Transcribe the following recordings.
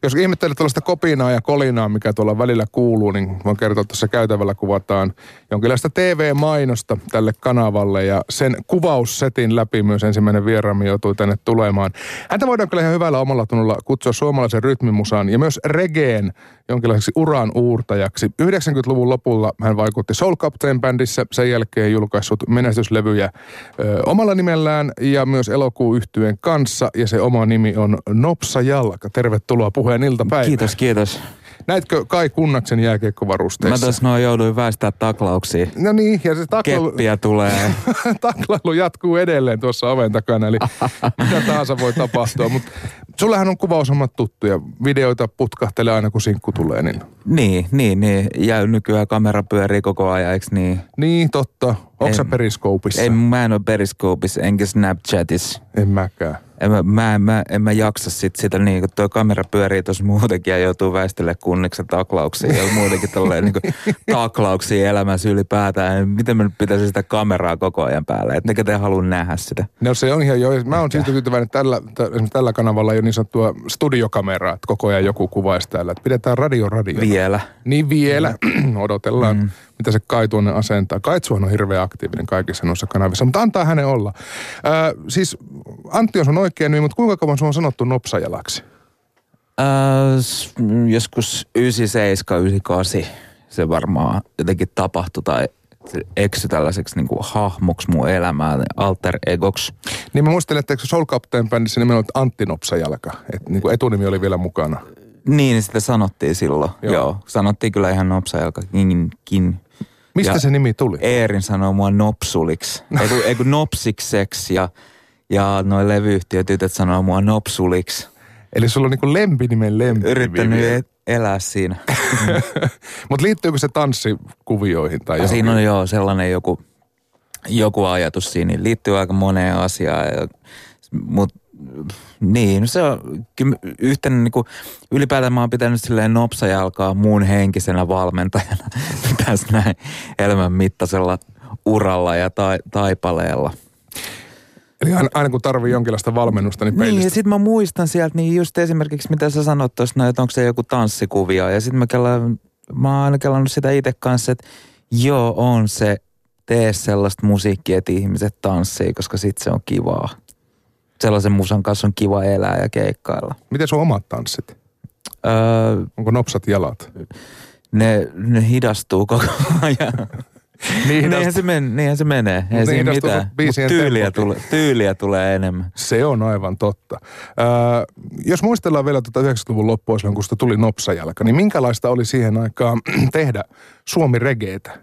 Jos ihmettelet tällaista kopinaa ja kolinaa, mikä tuolla välillä kuuluu, niin voin kertoa, että tuossa käytävällä kuvataan jonkinlaista TV-mainosta tälle kanavalle ja sen kuvaussetin läpi myös ensimmäinen vieraamme joutui tänne tulemaan. Häntä voidaan kyllä ihan hyvällä omalla tunnolla kutsua suomalaisen rytmimusaan ja myös regeen jonkinlaiseksi uran uurtajaksi. 90-luvun lopulla hän vaikutti Soul Captain-bändissä, sen jälkeen julkaissut menestyslevyjä omalla nimellään ja myös elokuu-yhtyeen kanssa ja se oma nimi on Nopsa Jalka. Tervetuloa Puheen iltapäivään. Kiitos. Näitkö Kai Kunnaksen jääkiekkovarusteissa? Mä tuossa jouduin väistää taklauksia. No niin, ja se Keppiä tulee. Taklailu jatkuu edelleen tuossa oven takana, eli mitä tahansa voi tapahtua. Mutta sullehan on kuvaushommat tuttuja. Videoita putkahtelee aina, kun sinkku tulee. Niin. Ja nykyään kamera pyörii koko ajan, eikö niin? Niin, totta. Onko sä Periskoopissa? Mä en ole Periskoopissa, enkä Snapchatissa. En mäkään. En mä jaksa sitä niin, kun tuo kamera pyörii tuossa muutenkin ja joutuu väistelemään Kunniksen taklauksia ja muutenkin tolleen niin taklauksia elämässä ylipäätään. Miten mä nyt pitäisin sitä kameraa koko ajan päällä? Ettekö te halua nähdä sitä? No se on ihan jo. Mä oon siitä tyytyväinen, että esimerkiksi tällä kanavalla ei ole niin sanottua studiokameraa, että koko ajan joku kuvaisi täällä. Että pidetään radio. Vielä. Niin vielä. Odotellaan, mitä se Kai tuonne asentaa. Kaitsuhan on hirveän aktiivinen kaikissa noissa kanavissa, mutta antaa hänen olla. Siis Antti on sun oikein nimi, mutta kuinka kauan sun on sanottu Nopsajalaksi? Joskus 97, 98 se varmaan jotenkin tapahtui tai eksy tällaiseksi niin kuin hahmoksi mun elämään, alter egoksi. Niin mä muistelin, että eikö Soul Captain-bändissä nimellä oli Antti Nopsajalka, että niin kuin etunimi oli vielä mukana. Niin, sitä sanottiin silloin. Joo. Sanottiin kyllä ihan Nopsajalkakin. Mistä se nimi tuli? Eerin sanoi mua Nopsuliksi. Eiku Nopsikseksi ja noi levyyhtiötytöt sanoo mua Nopsuliksi. Eli sulla on niinku lempinimen lempi. Yrittänyt elää siinä. Mutta liittyykö se tanssikuvioihin tai johonkin? Siinä on joo sellainen joku ajatus siinä. Liittyy aika moneen asiaan. Mutta niin, se on yhtenä niinku, ylipäätään mä oon pitänyt silleen Nopsajalkaa muun henkisenä valmentajana tässä näin elämän mittaisella uralla ja taipaleella. Eli aina kun tarvii jonkinlaista valmennusta, niin peilistä. Niin, ja sit mä muistan sieltä, niin just esimerkiksi mitä sä sanot tuossa, että onko se joku tanssikuvio. Ja sit mä oon aina kellannut sitä itse kanssa, että joo, on se, tee sellaista musiikkia, että ihmiset tanssii, koska sit se on kivaa. Sellaisen musan kanssa on kiva elää ja keikkailla. Miten sun omat tanssit? Onko nopsat jalat? Ne hidastuu koko ajan. Niinhän se menee. Ei siinä mitään. Tyyliä tulee enemmän. Se on aivan totta. Jos muistellaan vielä 90-luvun loppua silloin, kun sitä tuli Nopsajalka, niin minkälaista oli siihen aikaan tehdä Suomi-regeetä?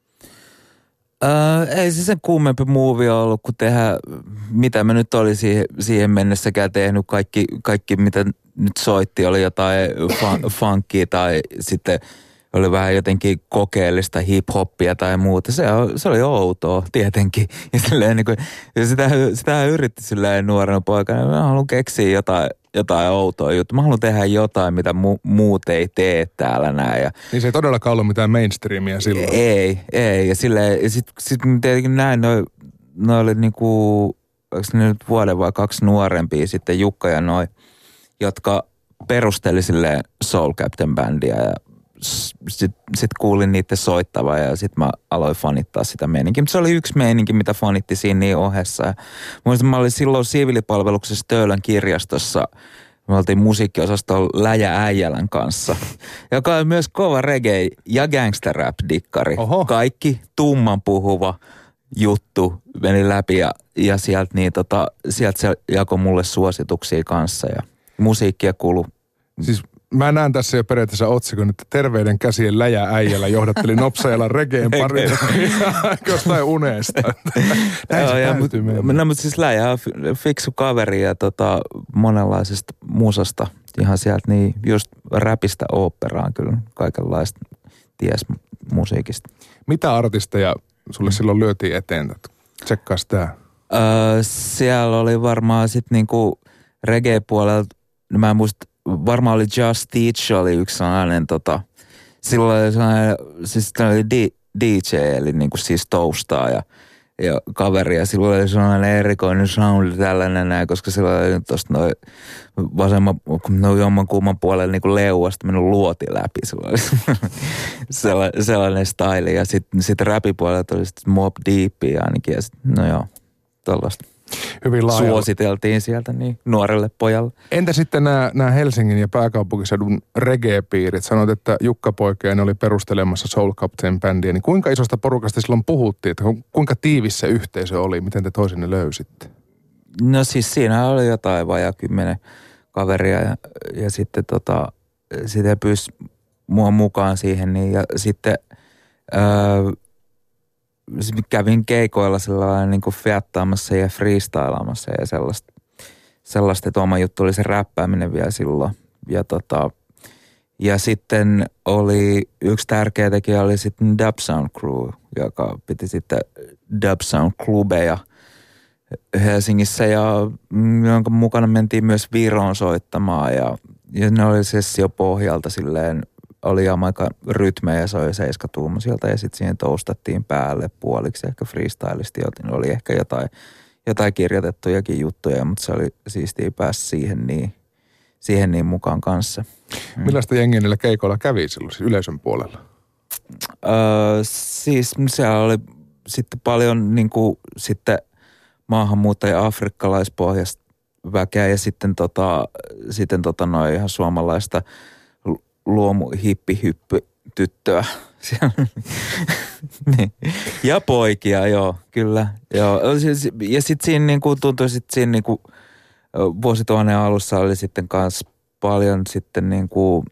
Ei se sen kummempi muuvi ollut, kun tehdä, mitä mä nyt olin siihen mennessäkään tehnyt. Kaikki mitä nyt soitti, oli jotain funkia tai sitten oli vähän jotenkin kokeellista hip-hoppia tai muuta. Se oli outoa tietenkin. Ja silleen niin kuin, ja sitä yritti silleen nuorena poikana. Mä haluan keksiä jotain outoa juttua. Mä haluan tehdä jotain, mitä muut ei tee täällä näin. Ja niin se ei todellakaan ollut mitään mainstreamia silloin. Ei. Ja silleen, ja sit tietenkin näin, noi oli niinku, onko ne nyt vuoden vai 2 nuorempia sitten, Jukka ja noi, jotka perusteli silleen Soul Captain-bändiä ja sit kuulin niiden soittavaa ja sit mä aloin fanittaa sitä meininkiä. Mutta se oli yksi meininki, mitä fanitti siinä niin ohessa. Ja muistan, mä olin silloin siviilipalveluksessa Töölön kirjastossa. Me oltiin musiikkiosastolla Läjä Äijälän kanssa, joka on myös kova reggae ja gangster rap dikkari. Oho. Kaikki tumman puhuva juttu meni läpi ja sieltä se jakoi mulle suosituksia kanssa ja musiikkia kuului. Siis mä näen tässä jo periaatteessa otsikon, että terveyden käsien Läjä Äijällä johdatteli Nopsajalan regeen pari jostain unesta. Näin se täytyy mennä. No mutta siis Läjä on fiksu kaveri ja monenlaisesta musasta. Ihan sieltä niin just räpistä oopperaan kyllä kaikenlaista ties musiikista. Mitä artisteja sulle silloin lyötiin eteen? Tsekkaas tää. Siellä oli varmaan sit niinku reggae-puolelta, mä en muista, varmaan oli Just Teach oli yksi sellainen silloin oli sellainen, siis oli DJ, eli niinku siis toastaa ja ja kaveri, ja silloin oli sellainen erikoinen soundi tällainen näin, koska silloin oli tuosta noin jomman kumman puolella niin kuin leuasta mennyt luoti läpi. Sellainen style. Ja sitten räpipuolella tuli sitten Mobb Deepia ainakin. Ja sit, no joo, tollaista. Hyvin laajalla. Suositeltiin sieltä niin nuorelle pojalle. Entä sitten nämä Helsingin ja pääkaupunkiseudun reggae-piirit? Sanoit, että Jukka Poikien oli perustelemassa Soul Captain-bändiä. Niin kuinka isosta porukasta silloin puhuttiin? Että kuinka tiivis se yhteisö oli? Miten te toisenne löysitte? No siis siinä oli jotain vajaa 10 kaveria ja sitten sitä pyysi mua mukaan siihen. Niin, ja sitten kävin keikoilla sellainen niin kuin fiattaamassa ja freestylaamassa ja sellaista, että oma juttu oli se räppääminen vielä silloin. Ja sitten oli yksi tärkeä tekijä oli sitten Dub Sound Crew, joka piti sitten Dub Sound Clubeja Helsingissä ja jonka mukana mentiin myös Viroon soittamaan ja ne oli sessiopohjalta silleen, oli aika rytmejä, soi 7-tuumaisilta ja sitten siihen toustattiin päälle puoliksi, ehkä freestylisti, oli ehkä jotain kirjoitettujakin juttuja, mutta se oli siistiä päästä siihen niin mukaan kanssa. Millaista jengiä niillä keikoilla kävi silloin siis yleisön puolella? Siis siellä oli sitten paljon niin kuin sitten maahanmuuttaja afrikkalaispohjasta väkeä ja sitten noin ihan suomalaista luomu-hippi-hyppy-tyttöä. niin. Ja poikia, joo, kyllä. Joo. Ja sitten siinä niinku, tuntui, että siinä niinku, vuosituhannen alussa oli sitten kanssa paljon sitten niinku,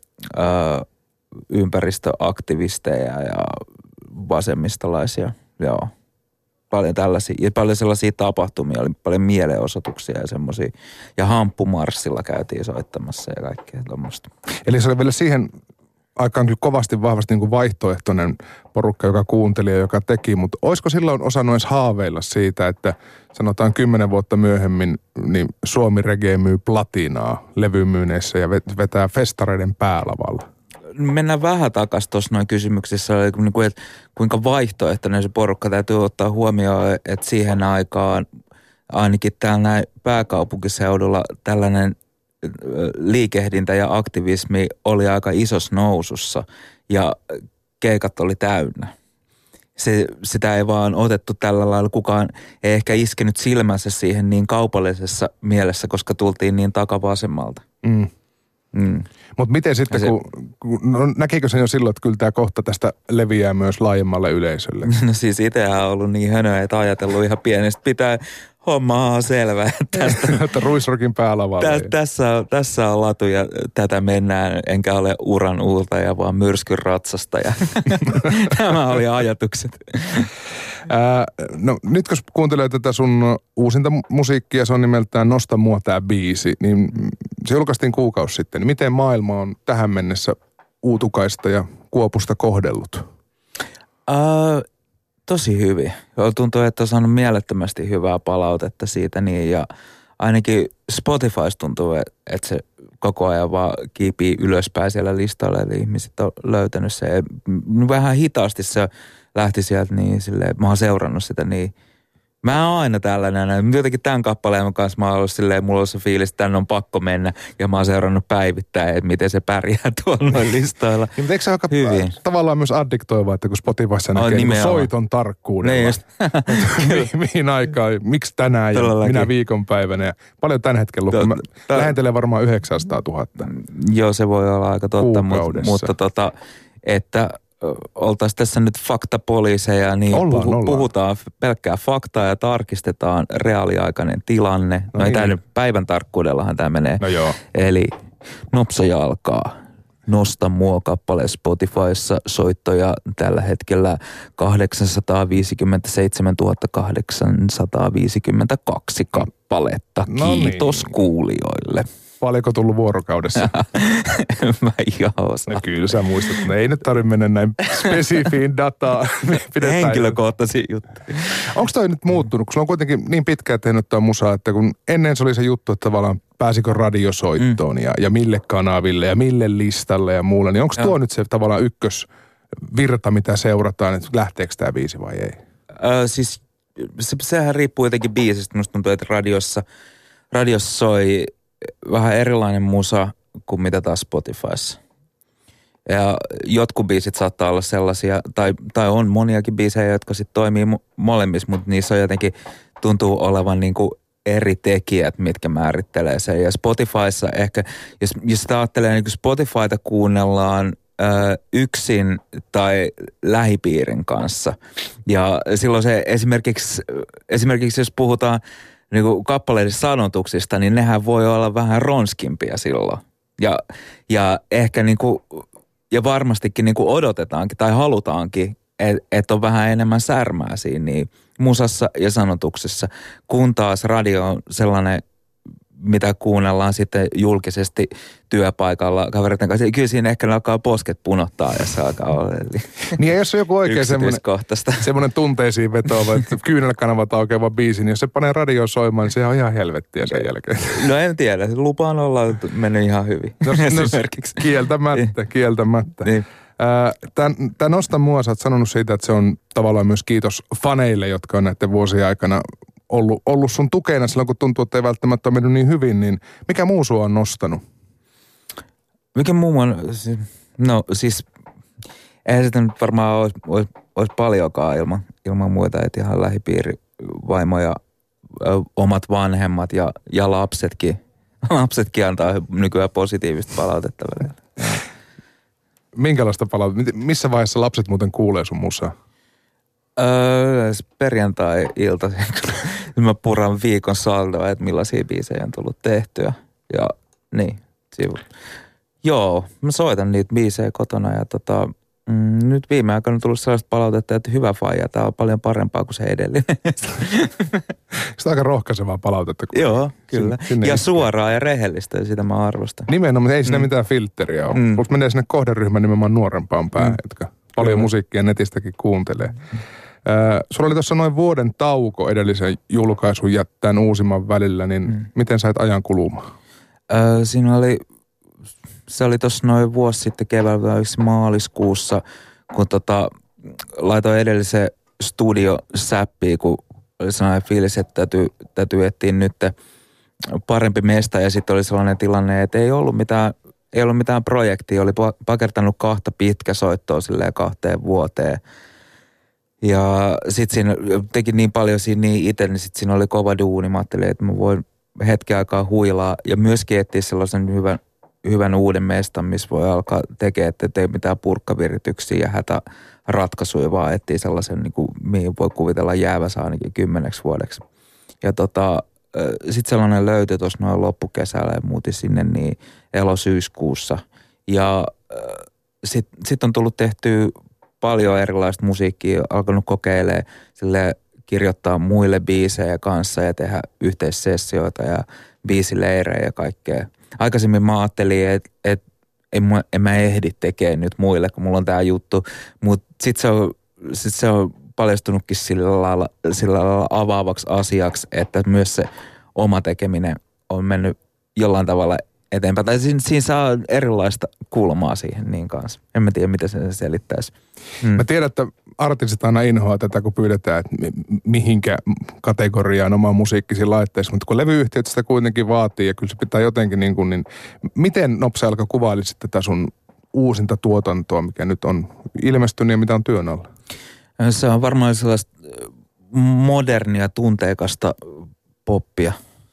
ympäristöaktivisteja ja vasemmistolaisia, joo. Paljon tällaisia, ja paljon sellaisia tapahtumia, oli paljon mielenosoituksia ja semmoisia. Ja hamppumarssilla käytiin soittamassa ja kaikkea tuommoista. Eli se oli vielä siihen aikaan kyllä kovasti vahvasti niin kuin vaihtoehtoinen porukka, joka kuunteli ja joka teki, mutta olisiko silloin osannut edes haaveilla siitä, että sanotaan 10 vuotta myöhemmin, niin Suomi Reggae myy platinaa levymyyneissä ja vetää festareiden päälavalla? Mennään vähän takaisin tuossa noin kysymyksissä, että kuinka vaihtoehtoinen se porukka täytyy ottaa huomioon, että siihen aikaan ainakin täällä pääkaupunkiseudulla tällainen liikehdintä ja aktivismi oli aika isossa nousussa ja keikat oli täynnä. Sitä ei vaan otettu tällä lailla, kukaan ei ehkä iskenyt silmänsä siihen niin kaupallisessa mielessä, koska tultiin niin takavasemmalta. Mutta miten sitten, näkikö sen jo silloin, että kyllä tämä kohta tästä leviää myös laajemmalle yleisölle? No siis itsehän on ollut niin hönöä, että ajatellut ihan pienestä pitää hommaa selvää. Että Ruisrokin päälavalla. Tässä on latu ja tätä mennään, enkä ole uran uultaja, vaan myrskyn ratsastaja. Nämä oli ajatukset. No nyt kun kuuntelee tätä sun uusinta musiikkia, se on nimeltään Nosta mua tää biisi, niin se julkaistiin kuukausi sitten. Miten maailma on tähän mennessä Uutukaista ja Kuopusta kohdellut? Tosi hyvin. Tuntuu, että on saanut mielettömästi hyvää palautetta siitä niin ja ainakin Spotifys tuntuu, että se koko ajan vaan kiipii ylöspäin siellä listalla, eli ihmiset on löytänyt se. Ja vähän hitaasti se lähti sieltä niin silleen, mä oon seurannut sitä niin. Mä oon aina tällainen, jotenkin tämän kappaleen kanssa mä oon ollut silleen, mulla on se fiilis, että tänne on pakko mennä ja mä oon seurannut päivittäin, että miten se pärjää tuolla noin listoilla. Ja, mutta eikö se aika tavallaan myös addiktoivaa, että kun Spotifyssa näkee niin soiton tarkkuudella. Mihin aikaan, miksi tänään ja minä viikonpäivänä ja paljon tämän hetken lukku. Mä lähentelee varmaan 900 000. Joo, se voi olla aika totta, mutta että oltaisiin tässä nyt faktapoliiseja, niin puhutaan pelkkää faktaa ja tarkistetaan reaaliaikainen tilanne. No ei tämä nyt päivän tarkkuudellahan tämä menee. No joo. Eli nopsa alkaa. Nosta mua kappale Spotifyssa, soittoja tällä hetkellä 857 852 kappaletta. Kiitos kuulijoille. Paljonko tullut vuorokaudessa? Mä ihan osaan. No kyllä sä muistat, että ei nyt tarvitse mennä näin spesifiin dataan. Henkilökohtaisia juttuja. Onko toi nyt muuttunut? Kun sulla on kuitenkin niin pitkään tehnyt toi musaa, että kun ennen se oli se juttu, että tavallaan pääsikö radiosoittoon ja mille kanaville ja mille listalle ja muulle, niin onko tuo nyt se tavallaan ykkösvirta, mitä seurataan, että lähteekö tämä biisi vai ei? Siis sehän riippuu jotenkin biisistä. Musta tuntuu, että radiossa soi vähän erilainen musa kuin mitä taas Spotifyssa. Ja jotkut biisit saattaa olla sellaisia, tai on moniakin biisejä, jotka sitten toimii molemmissa, mutta niissä on jotenkin, tuntuu olevan niinku eri tekijät, mitkä määrittelee sen. Ja Spotifyssa ehkä, jos sitä ajattelee, niin kun Spotifyta kuunnellaan yksin tai lähipiirin kanssa. Ja silloin se esimerkiksi jos puhutaan niin kuin kappaleiden sanotuksista, niin nehän voi olla vähän ronskimpia silloin. Ja ehkä niin kuin, ja varmastikin niin kuin odotetaankin tai halutaankin, että on vähän enemmän särmää siinä niin musassa ja sanotuksessa, kun taas radio on sellainen, mitä kuunnellaan sitten julkisesti työpaikalla kavereiden kanssa. Kyllä siinä ehkä alkaa posket punottaa, jos se alkaa olla. Niin ja jos on joku oikein semmoinen tunteisiin vetoava, että kyynelkanavat aukeava biisi, niin jos se panee radioon soimaan, niin se on ihan helvettiä sen jälkeen. No en tiedä, lupaan olla mennyt ihan hyvin. Esimerkiksi. Kieltämättä. Niin. Tämä Nosta mua, sä oot sanonut siitä, että se on tavallaan myös kiitos faneille, jotka on näiden vuosien aikana ollut sun tukena silloin, kun tuntuu, että ei välttämättä ole mennyt niin hyvin, niin mikä muu sua on nostanut? Mikä muu on, no siis, eihän sitä nyt varmaan olisi paljonkaan ilman muita, että ihan lähipiiri, vaimo ja omat vanhemmat ja lapsetkin. Lapsetkin antaa nykyään positiivista palautetta välillä. Minkälaista palautetta? Missä vaiheessa lapset muuten kuulee sun musaa? Perjantai-ilta, mä puran viikon saldoa, että millaisia biisejä on tullut tehtyä. Ja niin, joo, mä soitan niitä biisejä kotona ja nyt viime aikoina on tullut sellaista palautetta, että hyvä faija, tää on paljon parempaa kuin se edellinen. Sitä aika rohkaisevaa palautetta. Joo, kyllä. Ja suoraa ja rehellistä, ja sitä mä arvostan. Nimenomaan, ei siinä mitään filtteriä ole. Plus menee sinne kohderyhmän nimenomaan nuorempaan päähän, jotka paljon musiikkia netistäkin kuuntelee. Sulla oli tuossa noin vuoden tauko edellisen julkaisun ja tämän uusimman välillä, niin miten sait ajan kulumaan? Se oli tuossa noin vuosi sitten keväällä maaliskuussa, kun laitoin edellisen studiosäppiin, kun oli sellainen fiilis, että täytyy etsiä nyt parempi mesta. Ja sitten oli sellainen tilanne, että ei ollut mitään projektia. Oli pakertanut 2 pitkäsoittoa silleen 2 vuoteen. Ja sitten siinä teki niin paljon siinä niin itse, niin sitten siinä oli kova duuni. Mä ajattelin, että mä voin hetken aikaa huilaa ja myöskin etsiä sellaisen hyvän uuden mestan, missä voi alkaa tekemään, että ei mitään purkkavirityksiä ja hätäratkaisuja, vaan etsii sellaisen, niin kuin, mihin voi kuvitella jäävänsä ainakin 10 vuodeksi. Ja sitten sellainen löytyi tuossa noin loppukesällä ja muutin sinne niin elosyyskuussa. Ja sitten on tullut tehtyä paljon erilaista musiikkia, alkanut kokeilemaan, kirjoittaa muille biisejä kanssa ja tehdä yhteissessioita ja biisileirejä ja kaikkea. Aikaisemmin mä ajattelin, että en mä ehdi tekemään nyt muille, kun mulla on tää juttu, mutta sitten se on paljastunutkin sillä lailla avaavaksi asiaksi, että myös se oma tekeminen on mennyt jollain tavalla eteenpäin. Tai siinä saa erilaista kulmaa siihen niin kanssa. En mä tiedä, miten se selittäisi. Mä tiedän, että artistit aina inhoaa tätä, kun pyydetään, että mihinkä kategoriaan oma musiikkisiin laitteissa. Mutta kun levyyhtiöt sitä kuitenkin vaatii ja kyllä se pitää jotenkin niin miten Nopsa alkaa kuvailisit tätä sun uusinta tuotantoa, mikä nyt on ilmestynyt ja mitä on työn alla? Se on varmaan sellaista modernia, tunteikasta poppia.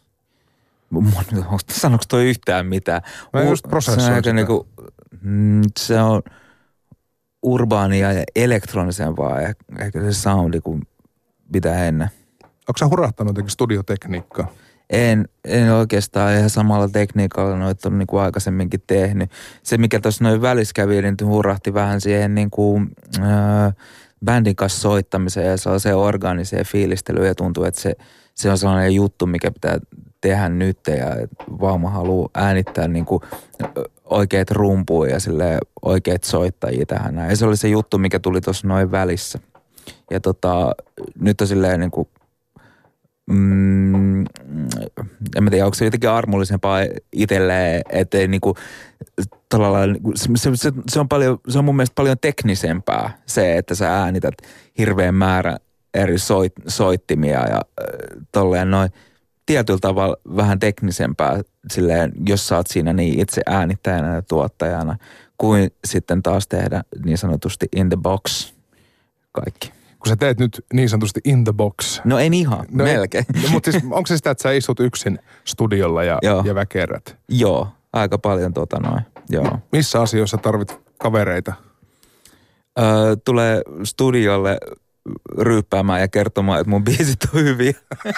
Sanoiko toi yhtään mitään? Mä just prosessoin sitä. Se on urbaania ja elektronisempaa ehkä se soundi kuin mitä ennen. Onko sä hurahtanut jotenkin studiotekniikkaa? En oikeastaan ihan samalla tekniikalla noita on niin kuin aikaisemminkin tehnyt. Se mikä tuossa noin välissä kävi, niin hurahti vähän siihen niin kuin bändin kanssa soittamiseen ja sellaiseen organiseen fiilistelyyn ja tuntuu, että se on sellainen juttu, mikä pitää tehdä nyt ja vaimo haluaa äänittää niin kuin oikeat rumpuja ja oikeat soittajia tähän näin. Ja se oli se juttu, mikä tuli tuossa noin välissä. Ja nyt on silleen niin kuin, en mä tiedä, onko se jotenkin armollisempaa itselleen, ettei niin kuin se on mun mielestä paljon teknisempää se, että sä äänität hirveän määrä eri soittimia ja tolleen noin tietyllä tavalla vähän teknisempää silleen, jos sä oot siinä niin itse äänittäjänä ja tuottajana, kuin sitten taas tehdä niin sanotusti in the box kaikki. Kun sä teet nyt niin sanotusti in the box. No en ihan, melkein. No, mutta siis onko se sitä, että sä istut yksin studiolla ja väkerrät? Joo, aika paljon joo. Missä asioissa tarvit kavereita? Tulee studiolle ryyppäämään ja kertomaan, että mun biisit on hyviä.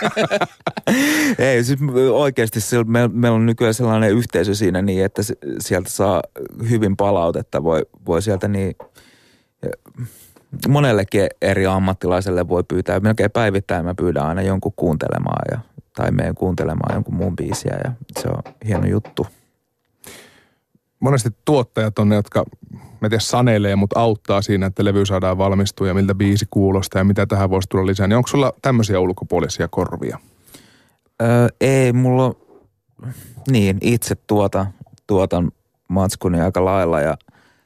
Ei, siis oikeasti meillä on nykyään sellainen yhteisö siinä niin, että sieltä saa hyvin palautetta. Voi sieltä niin monellekin eri ammattilaiselle voi pyytää. Melkein päivittäin mä pyydän aina jonkun kuuntelemaan tai meen kuuntelemaan jonkun muun biisiä ja se on hieno juttu. Monesti tuottajat on ne, jotka sanelee, mutta auttaa siinä, että levy saadaan valmistua ja miltä biisi kuulostaa ja mitä tähän voisi tulla lisää. Niin onko sulla tämmöisiä ulkopuolisia korvia? Ei, mulla niin itse tuotan matskuni aika lailla ja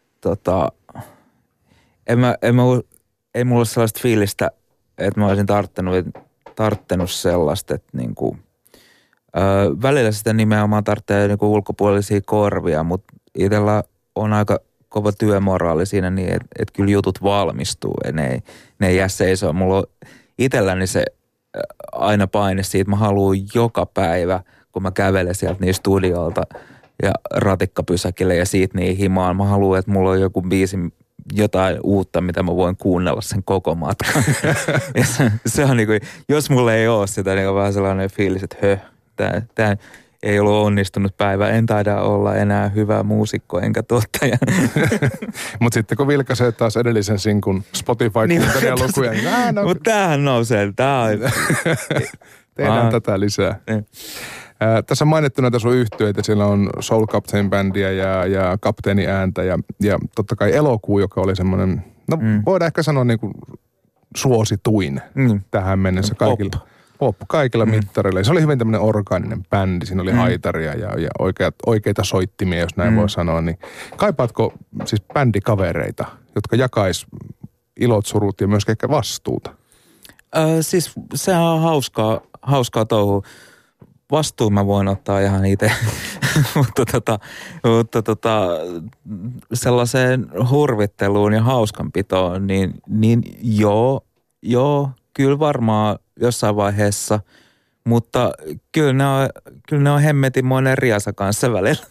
ei mulla ole sellaista fiilistä, että mä olisin tarttenut sellaista, että niinku, välillä sitä nimenomaan tarvitsee niinku ulkopuolisia korvia, mutta itsellä on aika kova työmoraali siinä niin, että kyllä jutut valmistuu ja ne ei jää seisoo. Mulla on itselläni se aina paine siitä, että mä haluan joka päivä, kun mä kävelen sieltä niin studiolta ja ratikkapysäkille ja siitä niin himaan, mä haluan, että mulla on joku biisi, jotain uutta, mitä mä voin kuunnella sen koko matkan. Ja se on niinku, jos mulla ei ole sitä, niin on vähän sellainen fiilis, että tämä ei ollut onnistunut päivä. En taida olla enää hyvä muusikko enkä tuottaja. Mutta sitten kun vilkaisee taas edellisen sinkun Spotify-kuuntelijalukuja, niin mutta tämähän nousee. Tehdään tätä lisää. Tässä on mainittu näitä sun yhtyeitä. Siellä on Soul Captain-bändiä ja Kapteeni ääntä ja totta kai Elokuu, joka oli semmoinen, voidaan ehkä sanoa niin kuin suosituin tähän mennessä kaikilla mittareilla. Se oli hyvin tämmöinen orgaaninen bändi. Siinä oli haitaria ja oikeita soittimia, jos näin voi sanoa. Niin kaipaatko siis bändikavereita, jotka jakais ilot, surut ja myös ehkä vastuuta? Siis se on hauskaa touhua. Vastuun mä voin ottaa ihan itse, mutta sellaiseen hurvitteluun ja hauskanpitoon, niin joo, kyllä varmaan jossain vaiheessa, mutta kyllä ne on hemmetimoinen riasa kanssa välillä.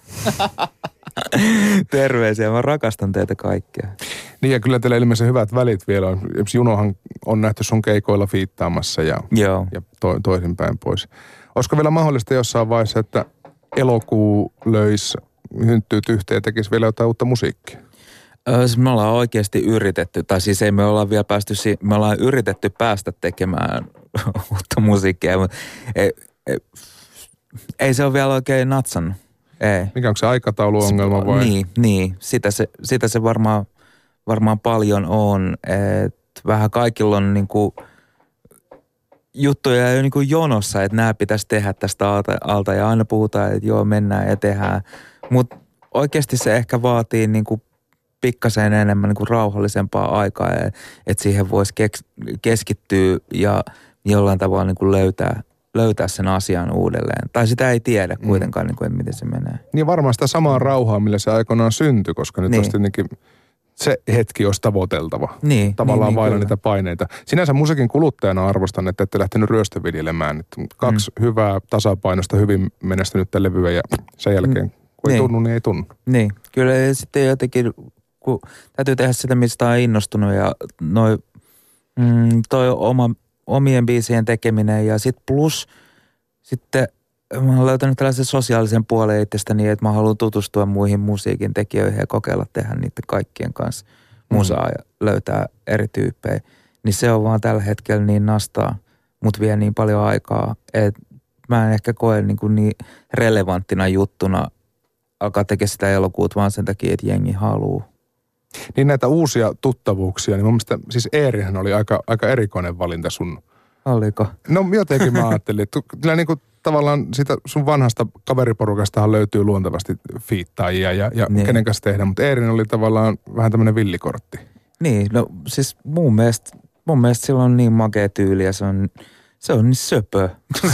Terveisiä, mä rakastan teitä kaikkia. Niin ja kyllä teillä ilmeisesti hyvät välit vielä on. Junohan on nähty sun keikoilla fiittaamassa ja toisinpäin pois. Olisiko vielä mahdollista jossain vaiheessa, että Elokuu löisi hynttyyt yhteen ja tekisi vielä jotain uutta musiikkia? Me ollaan oikeasti yritetty, tai siis ei me olla vielä päästy, me ollaan yritetty päästä tekemään uutta musiikkia, mutta ei se ole vielä oikein natsannut. Ei. Mikä onko se aikatauluongelma vai? Niin. Sitä se varmaan paljon on, että vähän kaikilla on niinku juttuja jo niinku jonossa, että nämä pitäisi tehdä tästä alta ja aina puhutaan, että joo mennään ja tehdään, mutta oikeasti se ehkä vaatii niinku pikkasen enemmän niinku rauhallisempaa aikaa, että siihen voisi keskittyä ja jollain tavalla niinku löytää sen asian uudelleen. Tai sitä ei tiedä kuitenkaan, niinku, että miten se menee. Niin varmaan sitä samaa rauhaa, millä se aikoinaan syntyi, koska nyt olisi tietenkin se hetki olisi tavoiteltava. Tavallaan vailla niitä paineita. Sinänsä musiikin kuluttajana arvostan, että ette lähtenyt ryöstöviljelemään. Että kaksi hyvää tasapainosta, hyvin menestynyttä levyä ja sen jälkeen, kun ei tunnu, niin ei tunnu. Niin, kyllä sitten jotenkin, kun täytyy tehdä sitä, mistä on innostunut ja toi omien biisien tekeminen ja sitten plus sitten mä oon löytänyt tällaisen sosiaalisen puolen itsestäni, että mä haluan tutustua muihin musiikin tekijöihin ja kokeilla tehdä niiden kaikkien kanssa musaa ja löytää eri tyyppejä. Niin se on vaan tällä hetkellä niin nastaa, mut vie niin paljon aikaa, että mä en ehkä koe niin relevanttina juttuna alkaa tekemään sitä elokuuta vaan sen takia, että jengi haluaa. Niin näitä uusia tuttavuuksia, niin mun mielestä siis Eerihän oli aika erikoinen valinta sun. Oliko? No jotenkin mä ajattelin, että kyllä niin kuin tavallaan siitä sun vanhasta kaveriporukastahan löytyy luontevasti fiittaajia ja kenen kanssa tehdä, mutta Eerin oli tavallaan vähän tämmöinen villikortti. Niin, no siis mun mielestä mun mielestä sillä on niin makea tyyli ja se on niin söpö.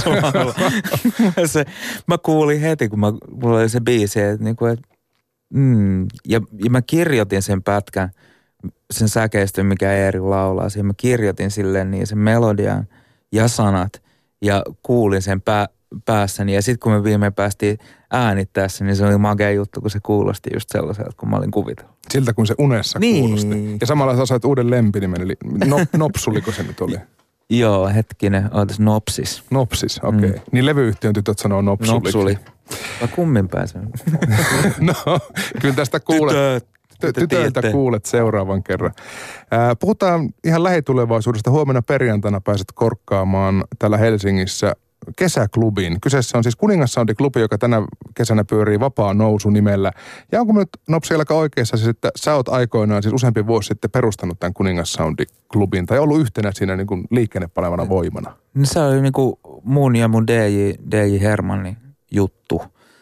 Mä kuulin heti, kun mulla oli se biisi, että niinku, ja mä kirjoitin sen pätkän, sen säkeistön, mikä Eeri laulaa. Siihen mä kirjoitin silleen niin sen melodian ja sanat ja kuulin sen päässäni. Ja sitten kun me viimein päästiin äänittää sen, niin se oli makea juttu, kun se kuulosti just sellaiselta, kun mä olin kuvitellut. Siltä kun se unessa kuulosti. Ja samalla sä sait uuden lempinimen, eli Nopsuliko se nyt oli? Joo, hetkinen, ootas Nopsis. Nopsis, okei. Okay. Niin levyyhtiön tytöt sanoo Nopsulik. Nopsuli. Mä kummin pääsen. No, kyllä tästä kuulet. Tytöiltä kuulet seuraavan kerran. Puhutaan ihan lähitulevaisuudesta. Huomenna perjantaina pääset korkkaamaan täällä Helsingissä kesäklubin. Kyseessä on siis Kuningassoundi-klubi, joka tänä kesänä pyörii Vapaa Nousu nimellä. Ja onko nyt Nopsi aika oikeassa siis, että sä oot aikoinaan siis useampi vuosi sitten perustanut tämän Kuningassoundi-klubin tai ollut yhtenä siinä niin kuin liikennepalevana voimana? No, se oli niin kuin mun ja mun DJ Hermannin juttu.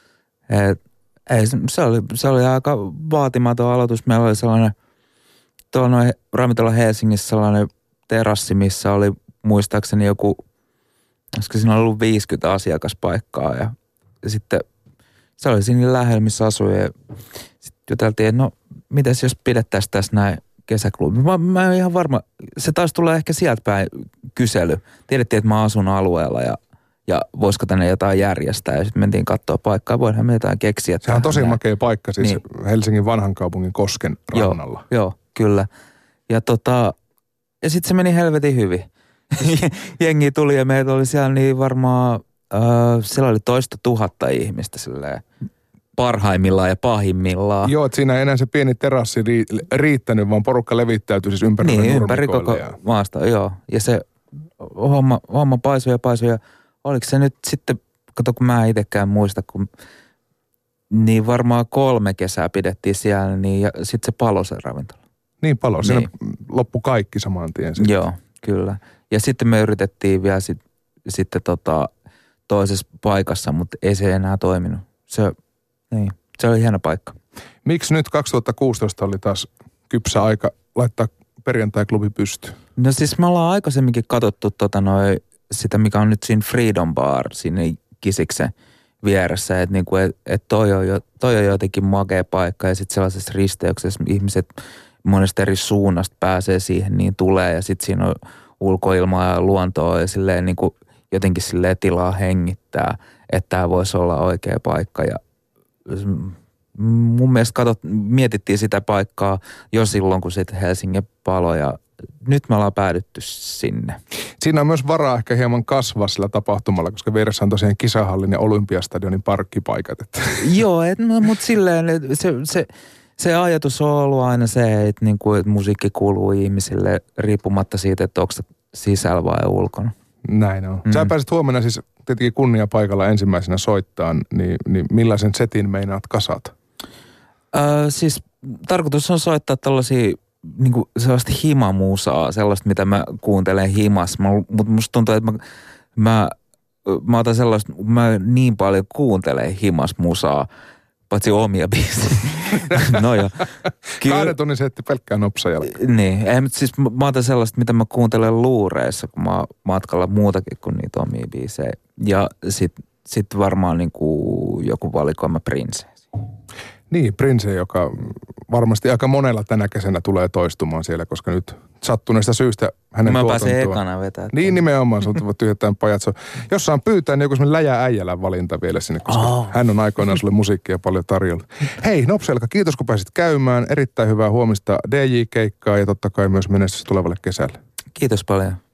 Se oli aika vaatimaton aloitus. Meillä oli sellainen, tuolla ravintola Helsingissä sellainen terassi, missä oli muistaakseni joku, olisiko siinä ollut 50 asiakaspaikkaa ja sitten se oli siinä lähellä, missä asui ja sitten juteltiin, että no mitäs jos pidettäisiin tässä näin kesäklubi. Mä en ihan varma, se taisi tulla ehkä sieltä päin kysely. Tiedettiin, että mä asun alueella ja voisiko tänne jotain järjestää. Ja sitten mentiin katsoa paikkaa, voidaan me jotain keksiä. Se on tosi makea paikka siis niin. Helsingin vanhan kaupungin Kosken rannalla. Joo, kyllä. Ja sitten se meni helvetin hyvin. Jengi tuli ja meitä oli siellä niin varmaan, siellä oli 200 000 ihmistä silleen parhaimmillaan ja pahimmillaan. Joo, että siinä ei enää se pieni terassi riittänyt, vaan porukka levittäytyi siis ympäri koko maasta, joo. Ja se homma paisui ja oliko se nyt sitten, kato kun mä itsekään muista, kun niin varmaan 3 kesää pidettiin siellä, niin ja sitten se palo se ravintola. Niin palo, siinä loppui kaikki saman tien sitten. Joo, kyllä. Ja sitten me yritettiin vielä sitten toisessa paikassa, mutta ei se enää toiminut. Se oli hieno paikka. Miksi nyt 2016 oli taas kypsä aika laittaa perjantai-klubi pystyyn? No siis me ollaan aikaisemminkin katsottu sitä, mikä on nyt siinä Freedom Bar, siinä Kisiksen vieressä, että niinku, toi on jotenkin makea paikka ja sitten sellaisessa risteyksessä ihmiset monesta eri suunnasta pääsee siihen, niin tulee ja sitten siinä on ulkoilmaa ja luontoa ja silleen niin kuin jotenkin silleen tilaa hengittää, että tämä voisi olla oikea paikka. Ja mun mielestä mietittiin sitä paikkaa jo silloin, kun sitten Helsingin palo ja nyt me ollaan päädytty sinne. Siinä on myös varaa ehkä hieman kasvaa sillä tapahtumalla, koska vieressä on tosiaan kisahallin ja Olympiastadionin parkkipaikat. Joo, mutta silleen se ajatus on ollut aina se, että musiikki kuuluu ihmisille riippumatta siitä, että onko se sisällä vai ulkona. Näin on. Sä pääsit huomenna siis tietenkin kunnia paikalla ensimmäisenä soittaan, niin millaisen setin meinaat kasata? Siis tarkoitus on soittaa tällaisia niinku sellaista himamusaa, sellaista mitä mä kuuntelen himas, mutta musta tuntuu, että mä otan sellaista, mä niin paljon kuuntelen himas musaa, paitsi omia biisejä. No joo. 2 tunnin setti pelkkää nopsajalka. Niin, mutta siis mä otan sellaista, mitä mä kuuntelen luureissa, kun mä matkalla muutakin kuin niitä omia biisejä. Ja sit varmaan niinku joku valikoima Prince. Niin, Prince, joka varmasti aika monella tänä kesänä tulee toistumaan siellä, koska nyt sattuneesta syystä hänen tuotantoa. Mä pääsen ekana vetää. Niin, nimenomaan, sulta voi tyhjättää pajatso. Jos saan pyytää, niin joku semmoinen Läjä Äijälän valinta vielä sinne, koska hän on aikoinaan sulle musiikkia paljon tarjolla. Hei, Nopselka, kiitos kun pääsit käymään. Erittäin hyvää huomista DJ-keikkaa ja totta kai myös menestystä tulevalle kesälle. Kiitos paljon.